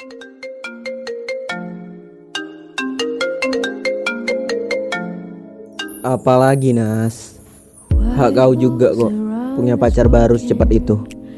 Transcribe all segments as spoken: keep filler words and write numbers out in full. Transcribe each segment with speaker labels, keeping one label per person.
Speaker 1: Apalagi Nas, hak kau juga kok punya pacar baru secepat itu.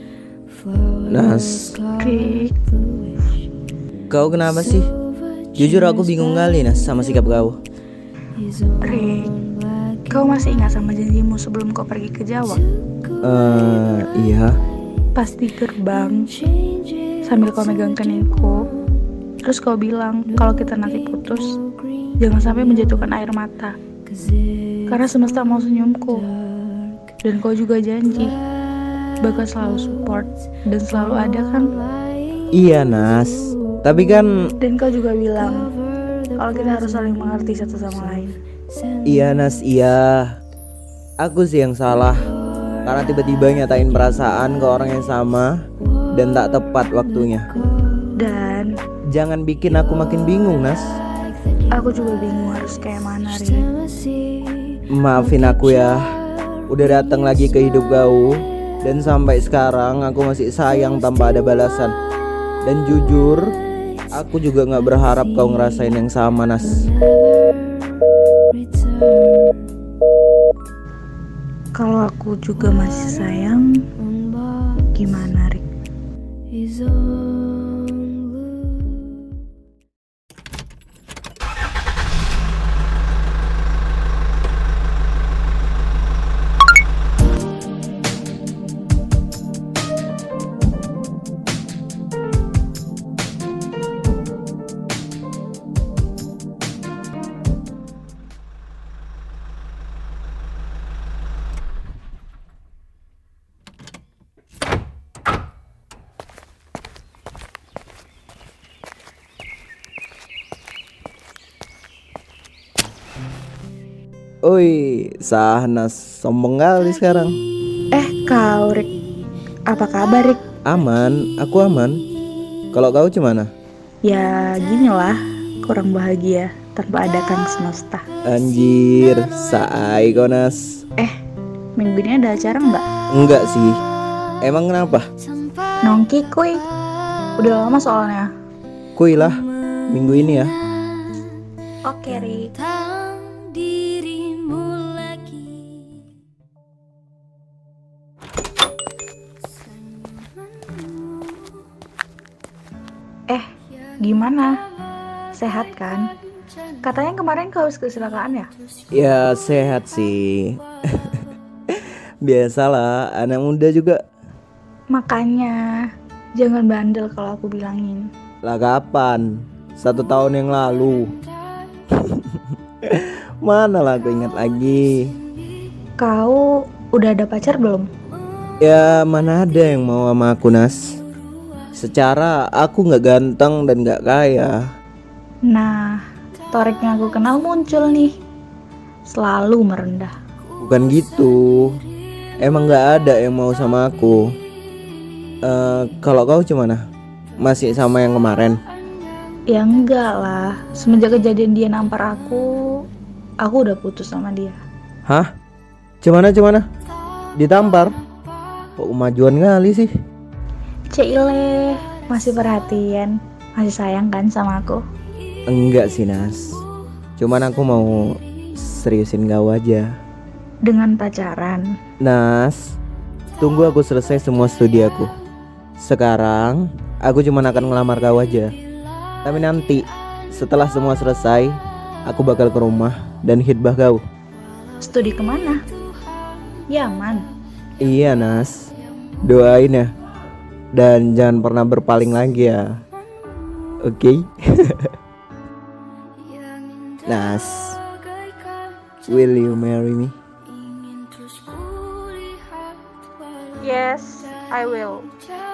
Speaker 1: Nas,
Speaker 2: Rik,
Speaker 1: kau kenapa sih? Jujur aku bingung kali Nas sama sikap kau.
Speaker 2: Rik, kau masih ingat sama janjimu sebelum kau pergi ke Jawa?
Speaker 1: Eh, iya.
Speaker 2: Pas di gerbang, sambil kau megang keningku, terus kau bilang kalau kita nanti putus, jangan sampai menjatuhkan air mata. Karena semesta mau senyumku. Dan kau juga janji bakal selalu support dan selalu ada kan?
Speaker 1: Iya Nas, tapi kan
Speaker 2: Dan kau juga bilang kalau kita harus saling mengerti satu sama lain.
Speaker 1: iya Nas, iya. Aku sih yang salah karena tiba-tiba nyatain perasaan ke orang yang sama dan tak tepat waktunya.
Speaker 2: Dan
Speaker 1: Jangan bikin aku makin bingung Nas.
Speaker 2: aku juga bingung harus kayak mana, Rik.
Speaker 1: Maafin aku ya, udah datang lagi ke hidup kau. Dan sampai sekarang aku masih sayang tanpa ada balasan. Dan jujur, aku juga gak berharap kau ngerasain yang sama Nas.
Speaker 2: Kalau aku juga masih sayang, gimana, Rik?
Speaker 1: Oi, Sahnas sombong kali sekarang.
Speaker 2: Eh, kau, Rik. Apa kabar, Rik?
Speaker 1: Aman, aku aman. Kalau kau gimana?
Speaker 2: Ya, ginilah, kurang bahagia tanpa ada Kang Semesta.
Speaker 1: Anjir, saai kau Nas.
Speaker 2: Eh, minggu ini ada acara nggak?
Speaker 1: Enggak sih. Emang kenapa?
Speaker 2: Nongki kuy. Udah lama soalnya.
Speaker 1: Kuy lah, minggu ini ya.
Speaker 2: Oke, Rik. Eh, gimana? Sehat kan? Katanya kemarin kau habis kecelakaan ya?
Speaker 1: Ya sehat sih. Biasalah, anak muda juga.
Speaker 2: Makanya, jangan bandel kalau aku bilangin.
Speaker 1: Lah kapan? Satu tahun yang lalu. Mana lah aku ingat lagi.
Speaker 2: Kau udah ada pacar belum?
Speaker 1: Ya mana ada yang mau sama aku Nas. Secara aku gak ganteng dan gak kaya.
Speaker 2: Nah, Torik yang aku kenal muncul nih. Selalu merendah.
Speaker 1: Bukan gitu. Emang gak ada yang mau sama aku. uh, Kalau kau gimana? Masih sama yang kemarin?
Speaker 2: Ya enggak lah. Semenjak kejadian dia nampar aku, aku udah putus sama dia.
Speaker 1: Hah? Gimana gimana? Ditampar? Kok kemajuan kali sih?
Speaker 2: Cile, masih perhatian, masih sayang kan sama aku?
Speaker 1: Enggak sih Nas. Cuman aku mau seriusin kau aja.
Speaker 2: Dengan pacaran?
Speaker 1: Nas, tunggu aku selesai semua studi aku. Sekarang aku cuma akan ngelamar kau aja. Tapi nanti setelah semua selesai, aku bakal ke rumah dan hitbah kau.
Speaker 2: Studi kemana? Yaman.
Speaker 1: Iya Nas, doain ya. Dan jangan pernah berpaling lagi ya. Oke? Nas, will you marry me?
Speaker 2: Yes, I will.